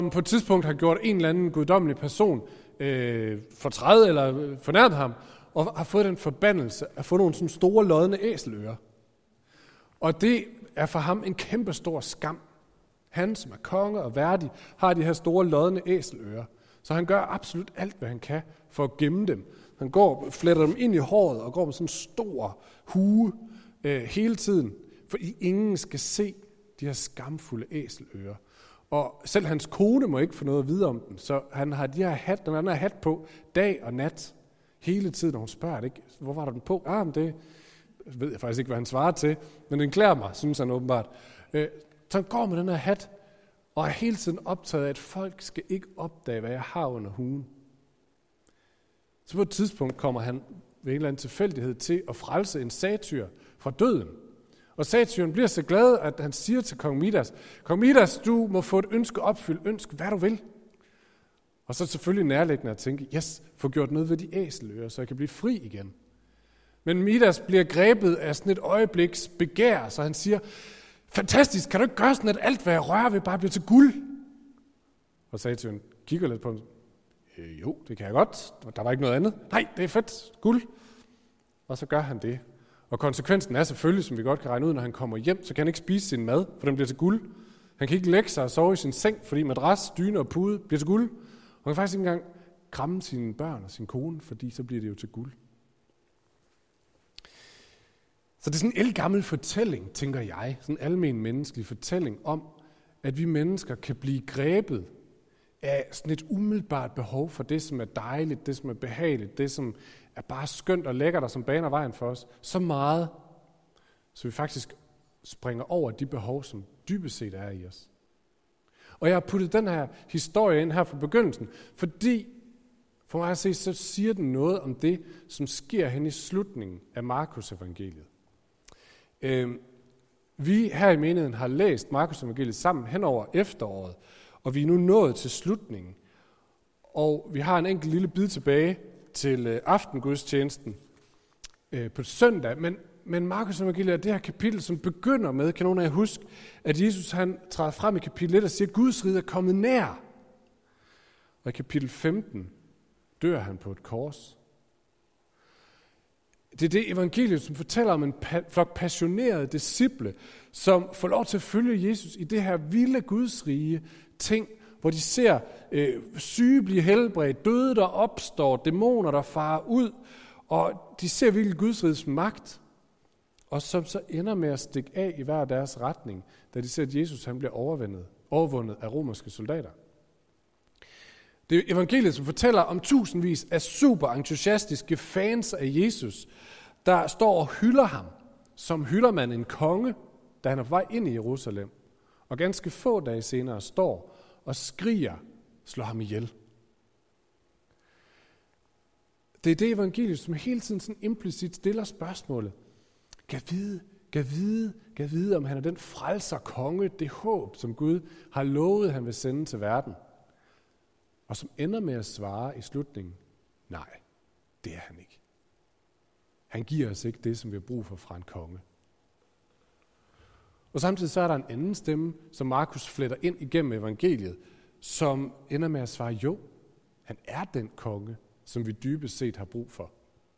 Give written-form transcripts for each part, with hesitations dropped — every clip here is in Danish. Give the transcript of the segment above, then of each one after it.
på et tidspunkt har gjort en eller anden guddommelig person fortræd eller fornærmet ham, og har fået den forbandelse at få nogle sådan store lodne æselører. Og det er for ham en kæmpe stor skam. Han, som er konge og værdig, har de her store lodne æselører. Så han gør absolut alt, hvad han kan for at gemme dem. Han går, fletter dem ind i håret og går med sådan en stor hue hele tiden, fordi ingen skal se de her skamfulde æselører. Og selv hans kone må ikke få noget at vide om den, så han har den her hat på dag og nat hele tiden, og hun spørger det ikke. Hvor var der den på? Men det ved jeg faktisk ikke, hvad han svarer til, men den klæder mig, synes han åbenbart. Så han går med den her hat, og er hele tiden optaget af, at folk skal ikke opdage, hvad jeg har under huen. Så på et tidspunkt kommer han ved en eller anden tilfældighed til at frelse en satyr fra døden. Og satyren bliver så glad, at han siger til kong Midas, kong Midas, du må få et ønske opfyldt, ønsk hvad du vil. Og så selvfølgelig nærliggende at tænke, yes, få gjort noget ved de æselører, så jeg kan blive fri igen. Men Midas bliver grebet af sådan et øjebliks begær, så han siger, fantastisk, kan du ikke gøre sådan, at alt, hvad jeg rører ved, bare bliver til guld? Og satyren kigger lidt på ham. Jo, det kan jeg godt. Der var ikke noget andet. Nej, det er fedt. Guld. Og så gør han det. Og konsekvensen er selvfølgelig, som vi godt kan regne ud, når han kommer hjem, så kan han ikke spise sin mad, for den bliver til guld. Han kan ikke lægge sig og sove i sin seng, fordi madras, dyne og pude bliver til guld. Og han kan faktisk ikke engang kramme sine børn og sin kone, fordi så bliver det jo til guld. Så det er sådan en ældgammel fortælling, tænker jeg. Sådan en almen menneskelig fortælling om, at vi mennesker kan blive grebet af sådan et umiddelbart behov for det, som er dejligt, det, som er behageligt, det, som er bare skønt og lækkert, og som baner vejen for os, så meget, så vi faktisk springer over de behov, som dybest set er i os. Og jeg har puttet den her historie ind her fra begyndelsen, fordi for mig at se, så siger den noget om det, som sker hen i slutningen af Markus evangeliet. Vi her i menigheden har læst Markus evangeliet sammen hen over efteråret, og vi er nu nået til slutningen. Og vi har en enkelt lille bid tilbage til aftengudstjenesten på søndag. Men Markus evangeliet er det her kapitel, som begynder med, kan nogen af jer huske, at Jesus han træder frem i kapitel 1 og siger, at Guds rige er kommet nær. Og i kapitel 15 dør han på et kors. Det er det evangeliet, som fortæller om en flok passionerede disciple, som får lov til at følge Jesus i det her vilde gudsrige ting, hvor de ser syge blive helbredt, døde der opstår, dæmoner der farer ud, og de ser virkelig gudsrigets magt, og som så ender med at stikke af i hver deres retning, da de ser, at Jesus han bliver overvundet af romerske soldater. Det er evangeliet, som fortæller om tusindvis af super entusiastiske fans af Jesus, der står og hylder ham, som hylder man en konge, da han er på vej ind i Jerusalem, og ganske få dage senere står og skriger, slå ham ihjel. Det er det evangeliet, som hele tiden sådan implicit stiller spørgsmålet. Kan vide, om han er den frelser konge, det håb, som Gud har lovet, han vil sende til verden. Og som ender med at svare i slutningen, nej, det er han ikke. Han giver os ikke det, som vi har brug for fra en konge. Og samtidig så er der en anden stemme, som Markus fletter ind igennem evangeliet, som ender med at svare, jo, han er den konge, som vi dybest set har brug for.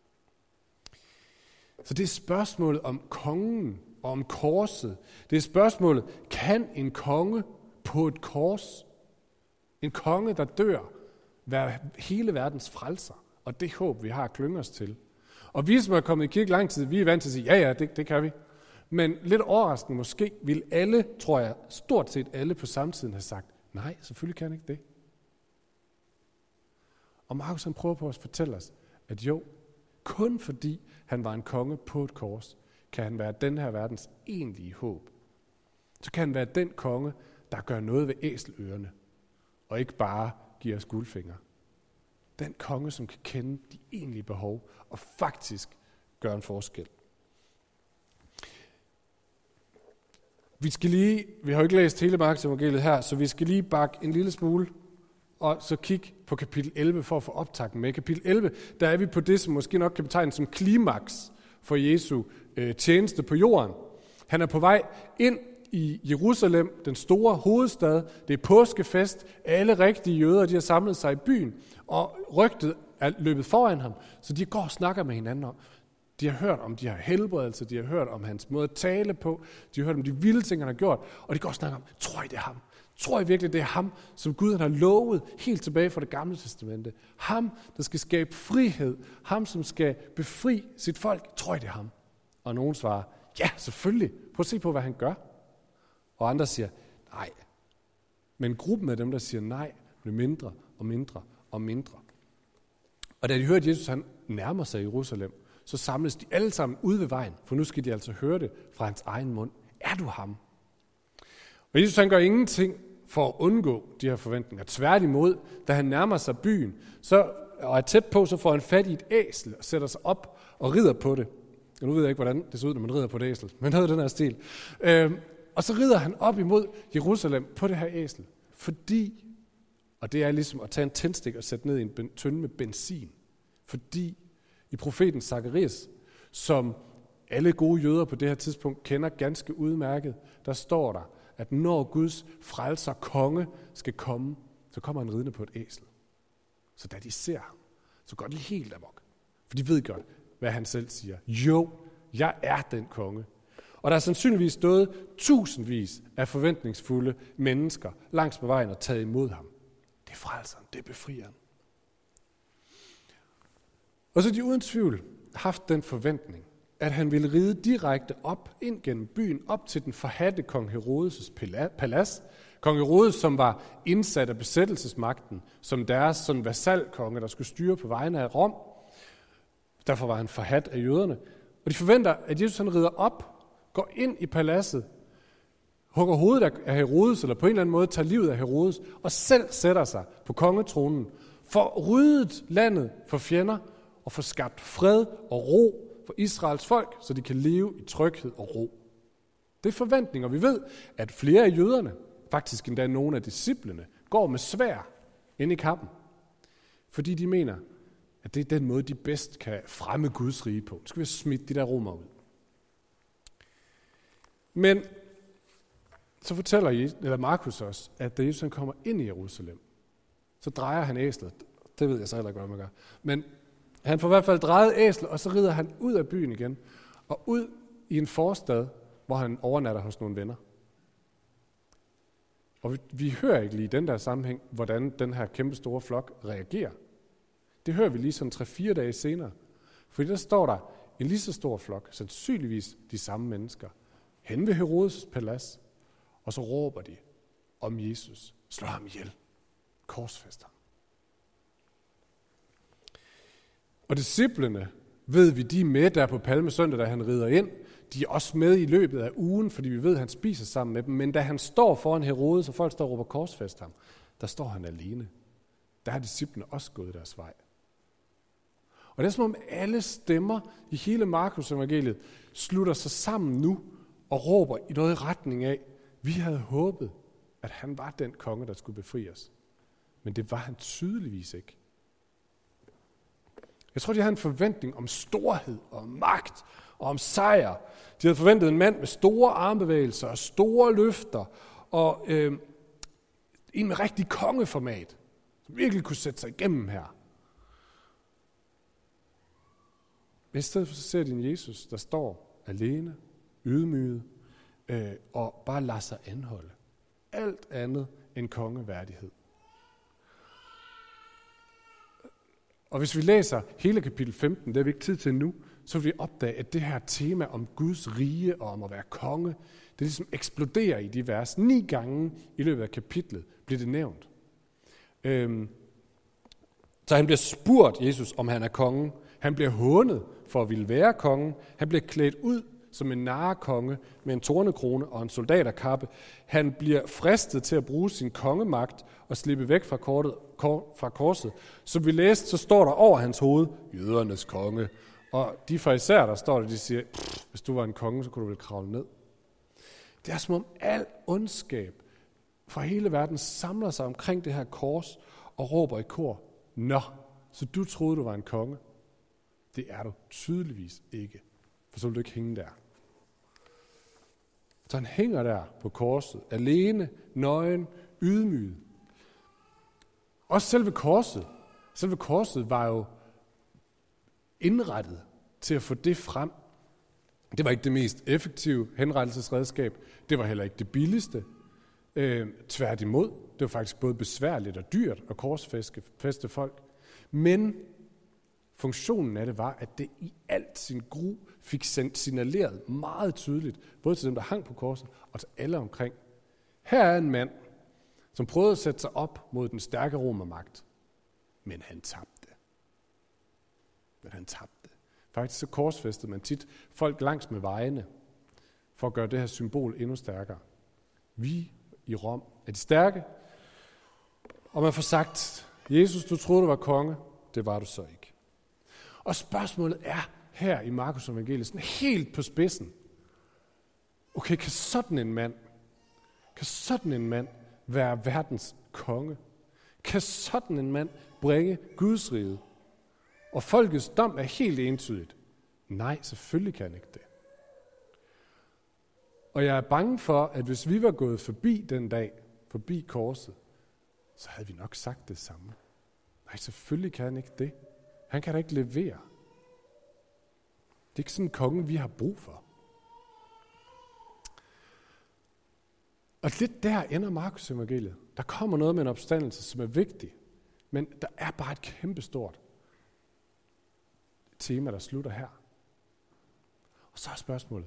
Så det er spørgsmålet om kongen og om korset. Det er spørgsmålet, kan en konge på et kors, en konge, der dør, være hele verdens frelser, og det håb, vi har at klynge os til. Og vi, som er kommet i kirke lang tid, vi er vant til at sige, ja, det kan vi. Men lidt overraskende måske, vil alle, tror jeg, stort set alle på samme tid have sagt, nej, selvfølgelig kan han ikke det. Og Markus han prøver på at fortælle os, at jo, kun fordi han var en konge på et kors, kan han være den her verdens egentlige håb. Så kan han være den konge, der gør noget ved æselørerne, og ikke bare giver os guldfingre. Den konge, som kan kende de egentlige behov, og faktisk gøre en forskel. Vi har jo ikke læst hele Markus evangeliet her, så vi skal lige bakke en lille smule, og så kigge på kapitel 11 for at få optakten med. Kapitel 11, der er vi på det, som måske nok kan betegnes som klimaks for Jesu tjeneste på jorden. Han er på vej ind i Jerusalem, den store hovedstad. Det er påskefest. Alle rigtige jøder, de har samlet sig i byen, og rygtet er løbet foran ham. Så de går og snakker med hinanden om. De har hørt om de her helbredelser, de har hørt om hans måde at tale på, de har hørt om de vilde ting, han har gjort, og de går og snakker om, tror I det er ham? Tror I virkelig, det er ham, som Gud han har lovet helt tilbage fra det gamle testamente? Ham, der skal skabe frihed, ham, som skal befri sit folk, tror I det er ham? Og nogen svarer, ja, selvfølgelig, prøv at se på, hvad han gør. Og andre siger, nej. Men gruppen af dem, der siger nej, bliver mindre og mindre og mindre. Og da de hørte, at Jesus han nærmer sig Jerusalem, så samles de alle sammen ude ved vejen, for nu skal de altså høre det fra hans egen mund. Er du ham? Og Jesus han gør ingenting for at undgå de her forventninger. Tværtimod, da han nærmer sig byen, og er tæt på, så får han fat i et æsel og sætter sig op og rider på det. Og nu ved jeg ikke, hvordan det ser ud, når man rider på et æsel, men noget af den her stil. Og så rider han op imod Jerusalem på det her æsel, fordi, og det er ligesom at tage en tændstik og sætte ned i en tønde med benzin, fordi i profeten Zakarias, som alle gode jøder på det her tidspunkt kender ganske udmærket, der står der, at når Guds frelser konge skal komme, så kommer han ridende på et æsel. Så da de ser ham, så går de helt amok. For de ved godt, hvad han selv siger. Jo, jeg er den konge. Og der er sandsynligvis stået tusindvis af forventningsfulde mennesker langs på vejen og taget imod ham. Det er frelseren, det er befrieren. Og så har de uden tvivl haft den forventning, at han ville ride direkte op ind gennem byen, op til den forhadte kong Herodes' palads. Kong Herodes, som var indsat af besættelsesmagten, som deres sådan vasalkonge, der skulle styre på vegne af Rom. Derfor var han forhadt af jøderne. Og de forventer, at Jesus han rider op, går ind i paladset, hugger hovedet af Herodes, eller på en eller anden måde tager livet af Herodes, og selv sætter sig på kongetronen, for ryddet landet for fjender, og få skabt fred og ro for Israels folk, så de kan leve i tryghed og ro. Det er forventninger. Vi ved, at flere af jøderne, faktisk endda nogle af disciplene, går med sværd ind i kampen, fordi de mener, at det er den måde, de bedst kan fremme Guds rige på. Nu skal vi smide de der romer ud. Men så fortæller Markus også, at da Jesus kommer ind i Jerusalem, så drejer han æslet. Det ved jeg så heller ikke, hvad man gør. Men han får i hvert fald drejet æslet, og så rider han ud af byen igen, og ud i en forstad, hvor han overnatter hos nogle venner. Og vi hører ikke lige i den der sammenhæng, hvordan den her kæmpe store flok reagerer. Det hører vi lige sådan 3-4 dage senere. Fordi der står der en lige så stor flok, sandsynligvis de samme mennesker, hen ved Herodes' palads, og så råber de om Jesus. Slå ham ihjel. Korsfæster. Og disciplene, ved vi, de er med der på Palmesøndag, da han rider ind. De er også med i løbet af ugen, fordi vi ved, at han spiser sammen med dem. Men da han står foran Herodes, og folk står og råber korsfæst ham, der står han alene. Der har disciplene også gået deres vej. Og det er som om alle stemmer i hele Markus evangeliet slutter sig sammen nu og råber i noget i retning af, vi havde håbet, at han var den konge, der skulle befri os. Men det var han tydeligvis ikke. Jeg tror, de havde en forventning om storhed og magt og om sejr. De havde forventet en mand med store armbevægelser og store løfter og en med rigtig kongeformat, som virkelig kunne sætte sig igennem her. I stedet for så ser de en Jesus, der står alene, ydmyget og bare lader sig anholde. Alt andet end kongeværdighed. Og hvis vi læser hele kapitel 15, det er vi ikke tid til nu, så vil vi opdage, at det her tema om Guds rige og om at være konge, det ligesom eksploderer i de vers. 9 gange i løbet af kapitlet bliver det nævnt. Så han bliver spurgt, Jesus, om han er konge. Han bliver hånet for at ville være konge. Han bliver klædt ud som en narrekonge med en tornekrone og en soldaterkappe. Han bliver fristet til at bruge sin kongemagt og slippe væk fra korset. Som vi læste, så står der over hans hoved, jødernes konge. Og de farisæer, der står der, de siger, hvis du var en konge, så kunne du vel kravle ned. Det er som om al ondskab fra hele verden samler sig omkring det her kors og råber i kor, nå, så du troede, du var en konge. Det er du tydeligvis ikke, for så vil du ikke hænge der. Så han hænger der på korset, alene, nøgen, ydmyget. Også selve korset var jo indrettet til at få det frem. Det var ikke det mest effektive henrettelsesredskab. Det var heller ikke det billigste. Tværtimod, det var faktisk både besværligt og dyrt at korsfæste folk. Men funktionen af det var, at det i alt sin gru fik signaleret meget tydeligt, både til dem, der hang på korset, og til alle omkring. Her er en mand, som prøvede at sætte sig op mod den stærke romermagt, men han tabte. Faktisk så korsfæstede man tit folk langs med vejene, for at gøre det her symbol endnu stærkere. Vi i Rom er de stærke, og man får sagt, Jesus, du troede, du var konge, det var du så ikke. Og spørgsmålet er her i Markus evangeliet sådan helt på spidsen. Okay, kan sådan en mand være verdens konge? Kan sådan en mand bringe Guds rige? Og folkets dom er helt entydigt. Nej, selvfølgelig kan han ikke det. Og jeg er bange for, at hvis vi var gået forbi den dag, forbi korset, så havde vi nok sagt det samme. Nej, selvfølgelig kan han ikke det. Han kan da ikke levere. Det er ikke sådan en konge, vi har brug for. Og lidt der ender Markus evangeliet. Der kommer noget med en opstandelse, som er vigtig. Men der er bare et kæmpestort tema, der slutter her. Og så er spørgsmålet,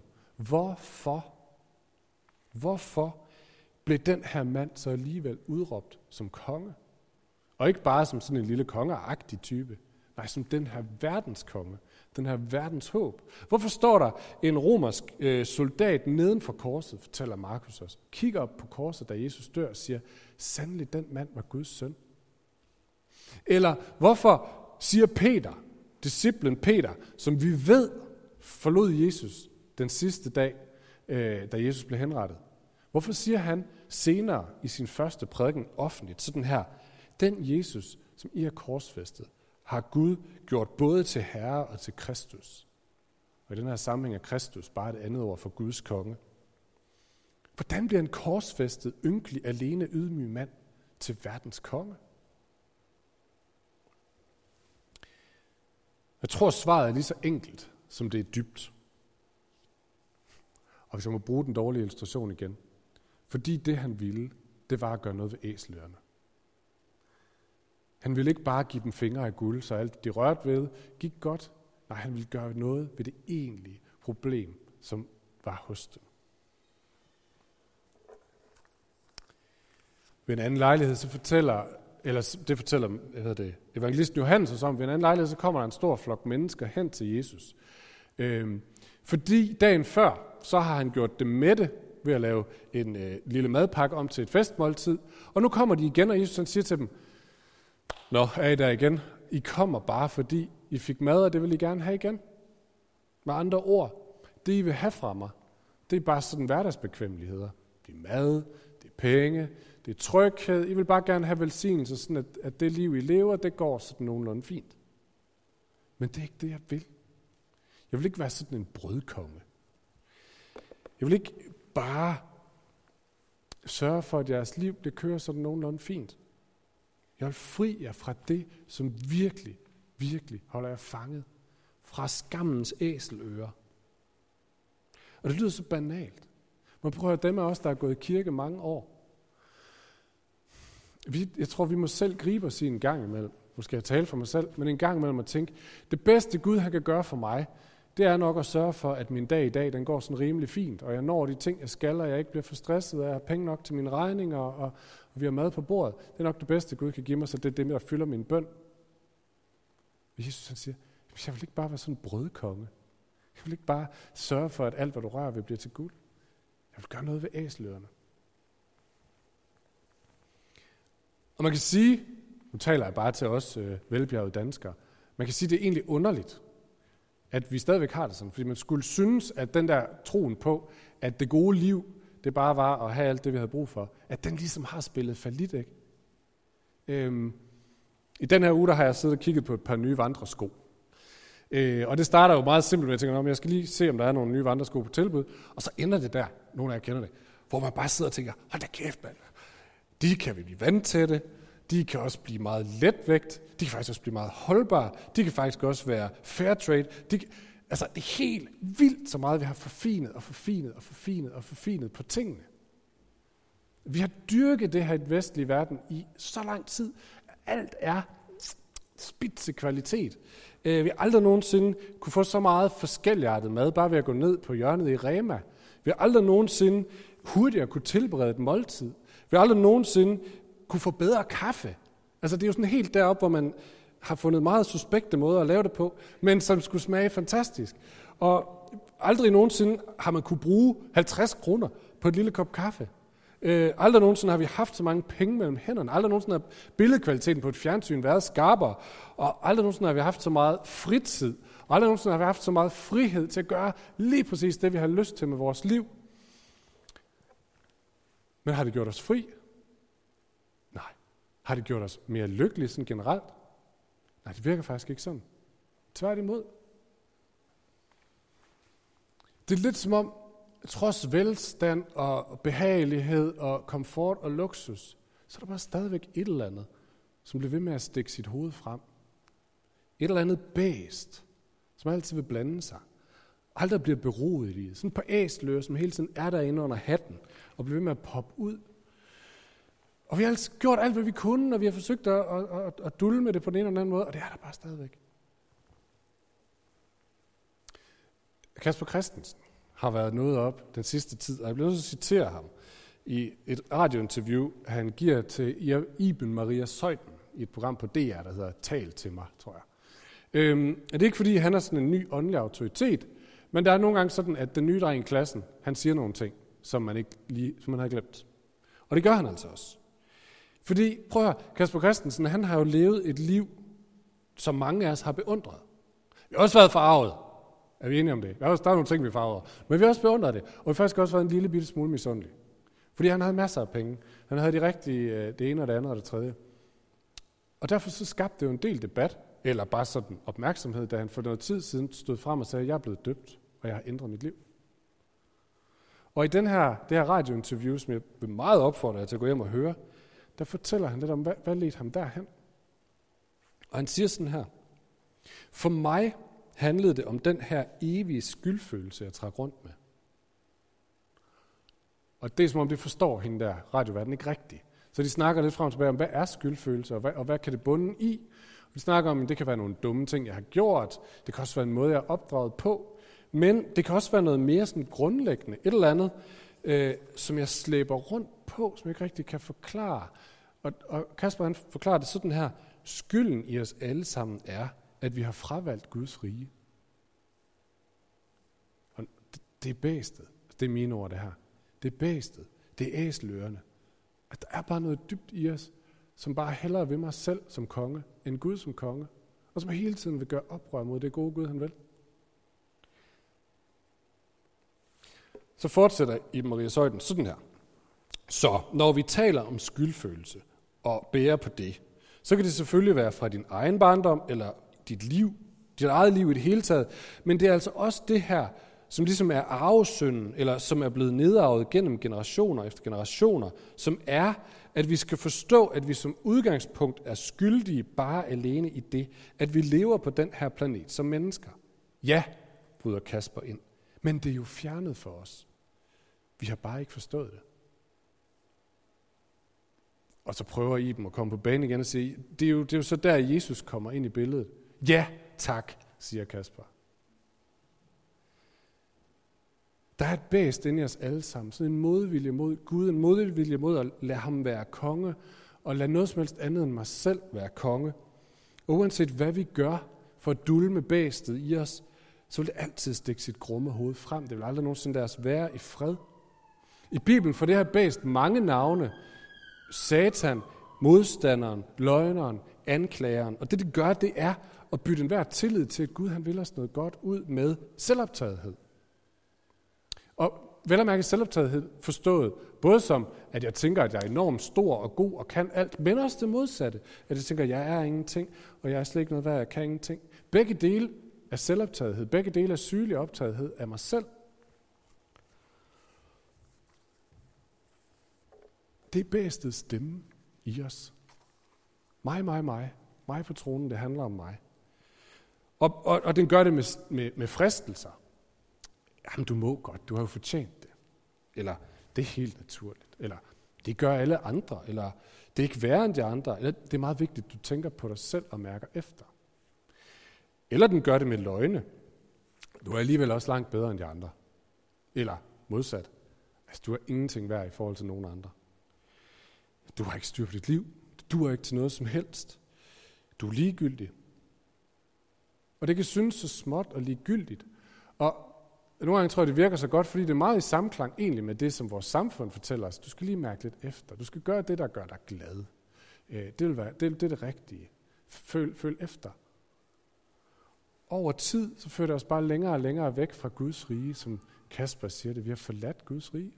hvorfor blev den her mand så alligevel udråbt som konge? Og ikke bare som sådan en lille kongeagtig type. Nej, som den her verdenskonge. Den her verdens håb. Hvorfor står der en romersk soldat neden for korset, fortæller Markus også. Kigger op på korset, da Jesus dør, og siger, sandelig den mand var Guds søn. Eller hvorfor siger Peter, disciplen Peter, som vi ved forlod Jesus den sidste dag, da Jesus blev henrettet. Hvorfor siger han senere i sin første prædiken offentligt sådan her, den Jesus, som I har korsfæstet, har Gud gjort både til Herre og til Kristus. Og i den her sammenhæng er Kristus bare et andet ord for Guds konge. Hvordan bliver en korsfæstet, ynkelig, alene, ydmyg mand til verdens konge? Jeg tror, svaret er lige så enkelt, som det er dybt. Og hvis jeg må bruge den dårlige illustration igen. Fordi det, han ville, det var at gøre noget ved æselørerne. Han ville ikke bare give dem fingre af guld, så alt de rørte ved gik godt. Nej, han ville gøre noget ved det egentlige problem, som var hos dem. Ved en anden lejlighed, så fortæller evangelisten Johannes os om, ved en anden lejlighed, så kommer der en stor flok mennesker hen til Jesus. Fordi dagen før, så har han gjort dem mætte ved at lave en lille madpakke om til et festmåltid. Og nu kommer de igen, og Jesus han siger til dem, nå, er I der igen? I kommer bare, fordi I fik mad, og det vil I gerne have igen. Med andre ord, det I vil have fra mig, det er bare sådan hverdagsbekvemmeligheder. Det er mad, det er penge, det er tryghed. I vil bare gerne have velsignelse, sådan at det liv, I lever, det går sådan nogenlunde fint. Men det er ikke det, jeg vil. Jeg vil ikke være sådan en brødkonge. Jeg vil ikke bare sørge for, at jeres liv, det kører sådan nogenlunde fint. Jeg vil fri jer fra det, som virkelig, virkelig holder jer fanget. Fra skammens æselører. Og det lyder så banalt. Man prøver at dem af os, der har gået i kirke mange år. Jeg tror, vi må selv gribe os i en gang imellem. Nu skal jeg tale for mig selv, men en gang imellem at tænke, det bedste Gud han kan gøre for mig, det er nok at sørge for, at min dag i dag, den går sådan rimelig fint, og jeg når de ting, jeg skal, og jeg ikke bliver for stresset, og jeg har penge nok til mine regninger, og vi har mad på bordet. Det er nok det bedste Gud kan give mig, så det er det, der fylder min bøn. Og Jesus han siger, jeg vil ikke bare være sådan en brødkonge. Jeg vil ikke bare sørge for, at alt, hvad du rører ved, bliver til guld. Jeg vil gøre noget ved æselørerne. Og man kan sige, nu taler jeg bare til os velbjergede danskere, man kan sige, det er egentlig underligt, at vi stadigvæk har det sådan, fordi man skulle synes, at den der troen på, at det gode liv, det bare var at have alt det, vi havde brug for, at den ligesom har spillet fallit, ikke? I den her uge, der har jeg siddet og kigget på et par nye vandresko. Og det starter jo meget simpelt med, at jeg tænker, jeg skal lige se, om der er nogle nye vandresko på tilbud. Og så ender det der, nogle af jer kender det, hvor man bare sidder og tænker, hold da kæft, mand. De kan blive vandtætte, de kan også blive meget letvægt, de kan faktisk også blive meget holdbare, de kan faktisk også være fair trade. Altså det er helt vildt så meget, vi har forfinet på tingene. Vi har dyrket det her i den vestlige verden i så lang tid. Alt er spidse kvalitet. Vi har aldrig nogensinde kunne få så meget forskelligartet mad, bare ved at gå ned på hjørnet i Rema. Vi har aldrig nogensinde hurtigere kunne tilberede et måltid. Vi har aldrig nogensinde kunne få bedre kaffe. Altså det er jo sådan helt deroppe, hvor man har fundet meget suspekte måder at lave det på, men som skulle smage fantastisk. Og aldrig nogensinde har man kunne bruge 50 kroner på et lille kop kaffe. Aldrig nogensinde har vi haft så mange penge mellem hænderne. Aldrig nogensinde har billedkvaliteten på et fjernsyn været skarpere. Og aldrig nogensinde har vi haft så meget fritid. Og aldrig nogensinde har vi haft så meget frihed til at gøre lige præcis det, vi har lyst til med vores liv. Men har det gjort os fri? Nej. Har det gjort os mere lykkelige sådan generelt? Nej, det virker faktisk ikke sådan. Tværtimod. Det er lidt som om, trods velstand og behagelighed og komfort og luksus, så er der bare stadigvæk et eller andet, som bliver ved med at stikke sit hoved frem. Et eller andet bæst, som altid vil blande sig. Aldrig bliver beroet i det. Sådan på æsler, som hele tiden er derinde under hatten og bliver ved med at poppe ud. Og vi har altså gjort alt, hvad vi kunne, og vi har forsøgt at dulme med det på den ene eller anden måde, og det er der bare stadigvæk. Kasper Christensen har været noget op den sidste tid, og jeg bliver nødt til at citere ham i et radiointerview, han giver til Iben Maria Zeuthen i et program på DR, der hedder Tal til mig, tror jeg. Det er ikke fordi, han er sådan en ny åndelig autoritet, men der er nogle gange sådan, at den nye dreng i klassen, han siger nogle ting, som man har glemt. Og det gør han altså også. Fordi, prøv at høre, Kasper Christensen, han har jo levet et liv, som mange af os har beundret. Vi har også været forarvet. Er vi enige om det? Der er nogle ting, vi er forarvet. Men vi har også beundret det. Og vi har faktisk også været en lille bitte smule misundelige. Fordi han havde masser af penge. Han havde de rigtige, det ene og det andet og det tredje. Og derfor så skabte det jo en del debat, eller bare sådan opmærksomhed, da han for noget tid siden stod frem og sagde, at jeg er blevet døbt, og jeg har ændret mit liv. Og i det her radiointerview, som jeg vil meget opfordre jer til at gå hjem og høre, der fortæller han lidt om, hvad ledte ham derhen. Og han siger sådan her: for mig handlede det om den her evige skyldfølelse, jeg trak rundt med. Og det er som om, det forstår hende der radioverden ikke rigtigt. Så de snakker lidt frem og tilbage om, hvad er skyldfølelse, og hvad kan det bunde i? Og de snakker om, at det kan være nogle dumme ting, jeg har gjort. Det kan også være en måde, jeg er opdraget på. Men det kan også være noget mere sådan grundlæggende. Et eller andet, som jeg slæber rundt på, som jeg ikke rigtig kan forklare. Og Kasper han forklarer det sådan her: skylden i os alle sammen er, at vi har fravalgt Guds rige. Og det er bæstet. Det er mine ord, det her. Det er bæstet. Det er æselørerne. At der er bare noget dybt i os, som bare hellere vil mig selv som konge, end Gud som konge. Og som hele tiden vil gøre oprør mod det gode Gud, han vil. Så fortsætter Iben Maria Zeuthen sådan her. Så når vi taler om skyldfølelse og bærer på det, så kan det selvfølgelig være fra din egen barndom eller dit liv, dit eget liv i det hele taget, men det er altså også det her, som ligesom er arvesynden, eller som er blevet nedarvet gennem generationer efter generationer, som er, at vi skal forstå, at vi som udgangspunkt er skyldige bare alene i det, at vi lever på den her planet som mennesker. Ja, bryder Kasper ind, men det er jo fjernet for os. Vi har bare ikke forstået det. Og så prøver Iben at komme på banen igen og sige, det er jo så der, Jesus kommer ind i billedet. Ja, tak, siger Kasper. Der er et bæst inde i os alle sammen. Sådan en modvilje mod Gud, en modvilje mod at lade ham være konge, og lade noget som helst andet end mig selv være konge. Og uanset hvad vi gør for at dulme bæstet i os, så vil det altid stikke sit grumme hoved frem. Det vil aldrig nogensinde lade os være i fred. I Bibelen får det her bæst mange navne. Satan, modstanderen, løgneren, anklageren. Og det gør, det er at bytte enhver tillid til, at Gud han vil os noget godt ud med selvoptagethed. Og vel at mærke selvoptagethed forstået, både som, at jeg tænker, at jeg er enormt stor og god og kan alt, men også det modsatte. At jeg tænker, at jeg er ingenting, og jeg er slet ikke noget værd, jeg kan ingenting. Begge dele af selvoptagethed. Begge dele er sygelig optagethed af mig selv. Det er bæstets stemme i os. Mig. Mig på tronen, det handler om mig. Og den gør det med fristelser. Jamen, du må godt, du har jo fortjent det. Eller, det er helt naturligt. Eller, det gør alle andre. Eller, det er ikke værre end de andre. Eller, det er meget vigtigt, du tænker på dig selv og mærker efter. Eller den gør det med løgne. Du er alligevel også langt bedre end de andre. Eller modsat. Altså, du er ingenting værd i forhold til nogen andre. Du har ikke styr på dit liv. Du er ikke til noget som helst. Du er ligegyldig. Og det kan synes så småt og ligegyldigt. Og nogle gange tror jeg, det virker så godt, fordi det er meget i samklang egentlig med det, som vores samfund fortæller os. Du skal lige mærke lidt efter. Du skal gøre det, der gør dig glad. Det er det rigtige. Følg efter. Over tid, så fører det os bare længere og længere væk fra Guds rige, som Kasper siger det. Vi har forladt Guds rige.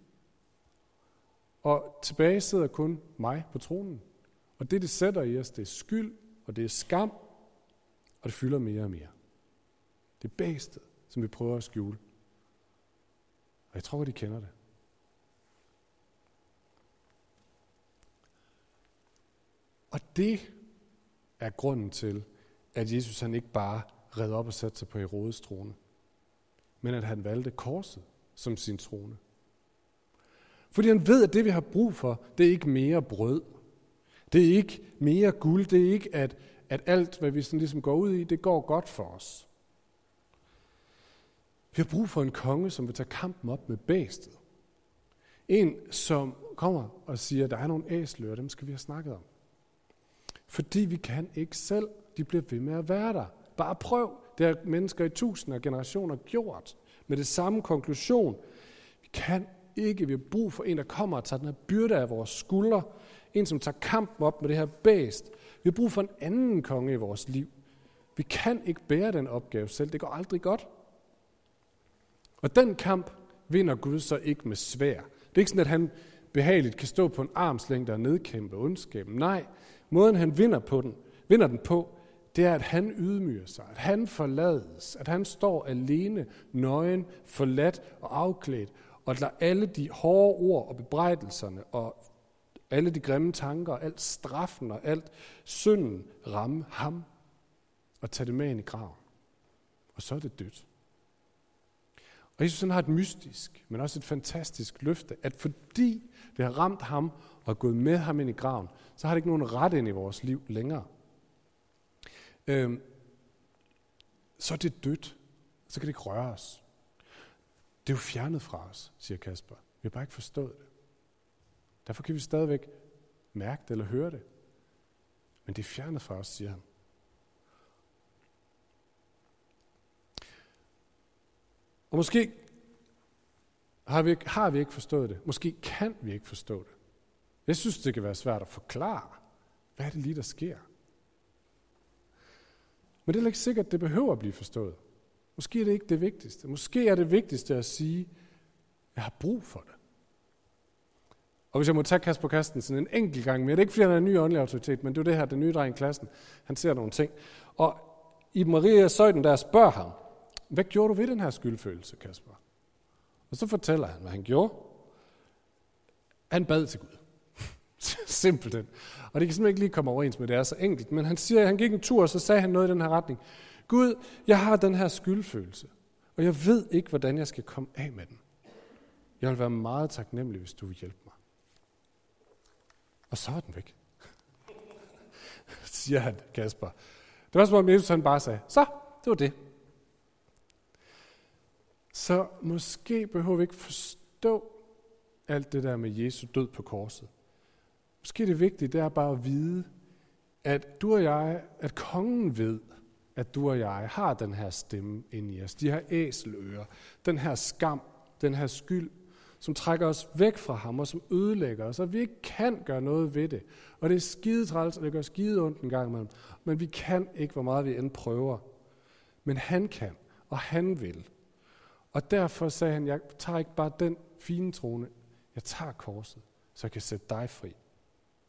Og tilbage sidder kun mig på tronen. Og det sætter i os, det er skyld, og det er skam, og det fylder mere og mere. Det er bæstet, som vi prøver at skjule. Og jeg tror, de kender det. Og det er grunden til, at Jesus han ikke bare red op og satte sig på Herodes trone, men at han valgte korset som sin trone. Fordi han ved, at det vi har brug for, det er ikke mere brød. Det er ikke mere guld. Det er ikke, at alt, hvad vi sådan ligesom går ud i, det går godt for os. Vi har brug for en konge, som vil tage kampen op med bæstet. En, som kommer og siger, at der er nogle æsler, dem skal vi have snakket om. Fordi vi kan ikke selv. De bliver ved med at være der. Bare prøv. Det har mennesker i tusinder af generationer gjort. Med det samme konklusion. Vi kan ikke. Vi har brug for en, der kommer og tager den her byrde af vores skuldre. En, som tager kampen op med det her bæst. Vi har brug for en anden konge i vores liv. Vi kan ikke bære den opgave selv. Det går aldrig godt. Og den kamp vinder Gud så ikke med sværd. Det er ikke sådan, at han behageligt kan stå på en armslængde og nedkæmpe ondskaben. Nej, måden han vinder den på, det er, at han ydmyger sig, at han forlades, at han står alene, nøgen, forladt og afklædt, og lader alle de hårde ord og bebrejdelserne og alle de grimme tanker og alt straffen og alt synden ramme ham og tage det med ind i graven. Og så er det dødt. Og Jesus han har et mystisk, men også et fantastisk løfte, at fordi det har ramt ham og gået med ham ind i graven, så har det ikke nogen ret ind i vores liv længere. Så er det dødt. Så kan det ikke røre os. Det er jo fjernet fra os, siger Kasper. Vi har bare ikke forstået det. Derfor kan vi stadigvæk mærke det eller høre det. Men det er fjernet fra os, siger han. Og måske har vi ikke forstået det. Måske kan vi ikke forstå det. Jeg synes, det kan være svært at forklare, hvad er det lige, der sker. Men det er ikke sikkert, at det behøver at blive forstået. Måske er det ikke det vigtigste. Måske er det vigtigste at sige, at jeg har brug for det. Og hvis jeg må tage Kasper Christensen en enkelt gang mere, det er ikke fordi han er en ny åndelig autoritet, men det er det her, den nye dreng i klassen, han ser nogle ting. Og i Maria Søjden der spørger ham, hvad gjorde du ved den her skyldfølelse, Kasper? Og så fortæller han, hvad han gjorde. Han bad til Gud. Simpelthen. Og det kan simpelthen ikke lige komme overens med, det er så enkelt. Men han siger, at han gik en tur, og så sagde han noget i den her retning. Gud, jeg har den her skyldfølelse, og jeg ved ikke, hvordan jeg skal komme af med den. Jeg vil være meget taknemmelig, hvis du vil hjælpe mig. Og så er den væk. Siger han, Kasper. Det var som om Jesus han bare sagde, så, det var det. Så måske behøver vi ikke forstå alt det der med Jesu død på korset. Måske det vigtige, det er bare at vide, at du og jeg, at kongen ved, at du og jeg har den her stemme inde i os. De her æselører, den her skam, den her skyld, som trækker os væk fra ham og som ødelægger os, og vi ikke kan gøre noget ved det. Og det er skide træls, og det gør skide ondt en gang imellem. Men vi kan ikke, hvor meget vi end prøver. Men han kan, og han vil. Og derfor sagde han, jeg tager ikke bare den fine trone, jeg tager korset, så jeg kan sætte dig fri.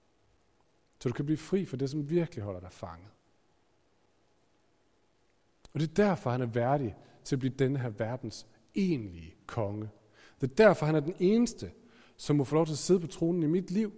Så du kan blive fri for det, som virkelig holder dig fanget. Og Og det er derfor, han er værdig til at blive denne her verdens egentlige konge. Det er derfor, han er den eneste, som må få lov til at sidde på tronen i mit liv.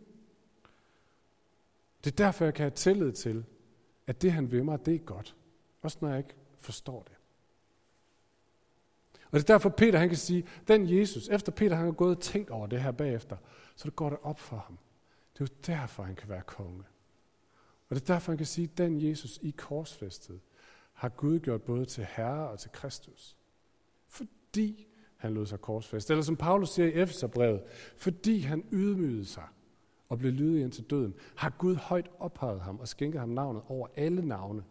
Det er derfor, jeg kan have tillid til, at det, han vil mig, det er godt. Også når jeg ikke forstår det. Og det er derfor, Peter han kan sige, den Jesus, efter Peter han har gået og tænkt over det her bagefter, så det går det op for ham. Det er jo derfor, han kan være konge. Og det er derfor, han kan sige, den Jesus i korsfæstet har Gud gjort både til Herre og til Kristus. Fordi han lod sig korsfæste. Eller som Paulus siger i Efeserbrevet, fordi han ydmygede sig og blev lydig indtil døden, har Gud højt ophøjet ham og skænket ham navnet over alle navne.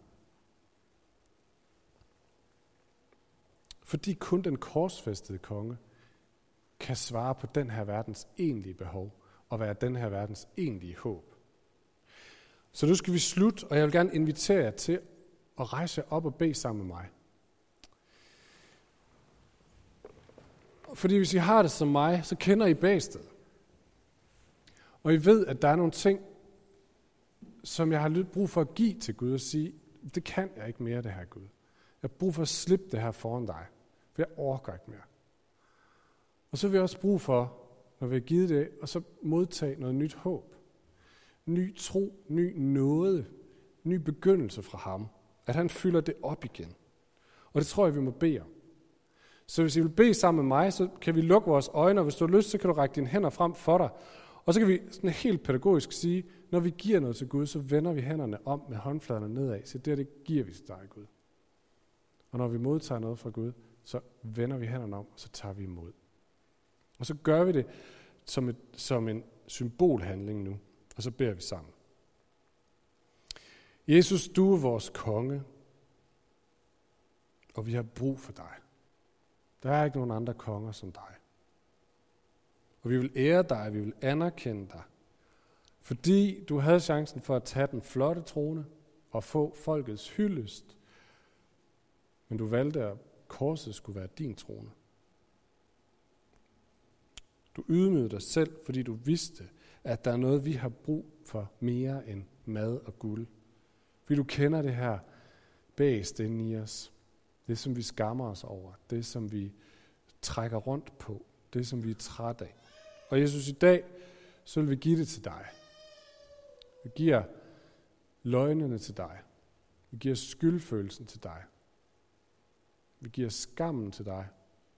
Fordi kun den korsfæstede konge kan svare på den her verdens egentlige behov og være den her verdens egentlige håb. Så nu skal vi slutte, og jeg vil gerne invitere jer til at rejse op og bede sammen med mig. Fordi hvis I har det som mig, så kender I bagsted. Og I ved, at der er nogle ting, som jeg har lidt brug for at give til Gud og sige, det kan jeg ikke mere, det her Gud. Jeg har brug for at slippe det her foran dig, for jeg orker ikke mere. Og så vil jeg også brug for, når vi har givet det, og så modtage noget nyt håb. Ny tro, ny nåde, ny begyndelse fra ham. At han fylder det op igen. Og det tror jeg, vi må bede om. Så hvis I vil bede sammen med mig, så kan vi lukke vores øjne, og hvis du har lyst, så kan du række dine hænder frem for dig. Og så kan vi sådan helt pædagogisk sige, når vi giver noget til Gud, så vender vi hænderne om med håndfladerne nedad. Så det giver vi til dig, Gud. Og når vi modtager noget fra Gud, så vender vi hænderne om, og så tager vi imod. Og så gør vi det som en symbolhandling nu, og så beder vi sammen. Jesus, du er vores konge, og vi har brug for dig. Der er ikke nogen andre konger som dig. Og vi vil ære dig, vi vil anerkende dig, fordi du havde chancen for at tage den flotte trone og få folkets hyldest, men du valgte, at korset skulle være din trone. Du ydmygede dig selv, fordi du vidste, at der er noget, vi har brug for mere end mad og guld. Fordi du kender det her bæst inde i os. Det, som vi skammer os over. Det, som vi trækker rundt på. Det, som vi er træt af. Og Jesus, i dag, så vil vi give det til dig. Vi giver løgnene til dig. Vi giver skyldfølelsen til dig. Vi giver skammen til dig.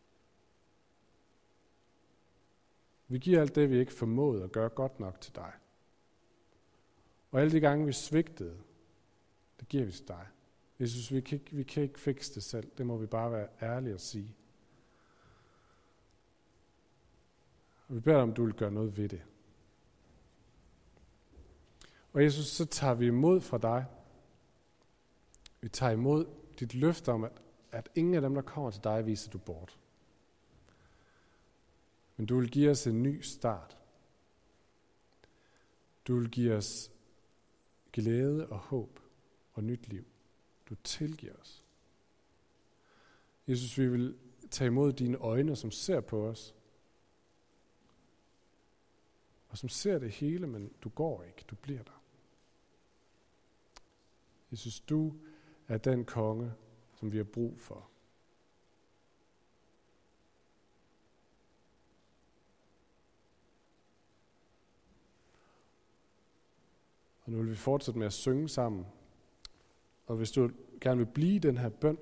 Vi giver alt det, vi ikke formåede at gøre godt nok til dig. Og alle de gange, vi svigtede, det giver vi til dig. Jesus, vi kan ikke fikse det selv. Det må vi bare være ærlige at sige. Og vi beder dig, om du vil gøre noget ved det. Og Jesus, så tager vi imod fra dig. Vi tager imod dit løfte om, at ingen af dem, der kommer til dig, viser du bort. Men du vil give os en ny start. Du vil give os glæde og håb og nyt liv. Du tilgiver os. Jesus, vi vil tage imod dine øjne, som ser på os. Og som ser det hele, men du går ikke, du bliver der. Jesus, du er den konge, som vi har brug for. Og nu vil vi fortsætte med at synge sammen. Og hvis du gerne vil blive den her bøn,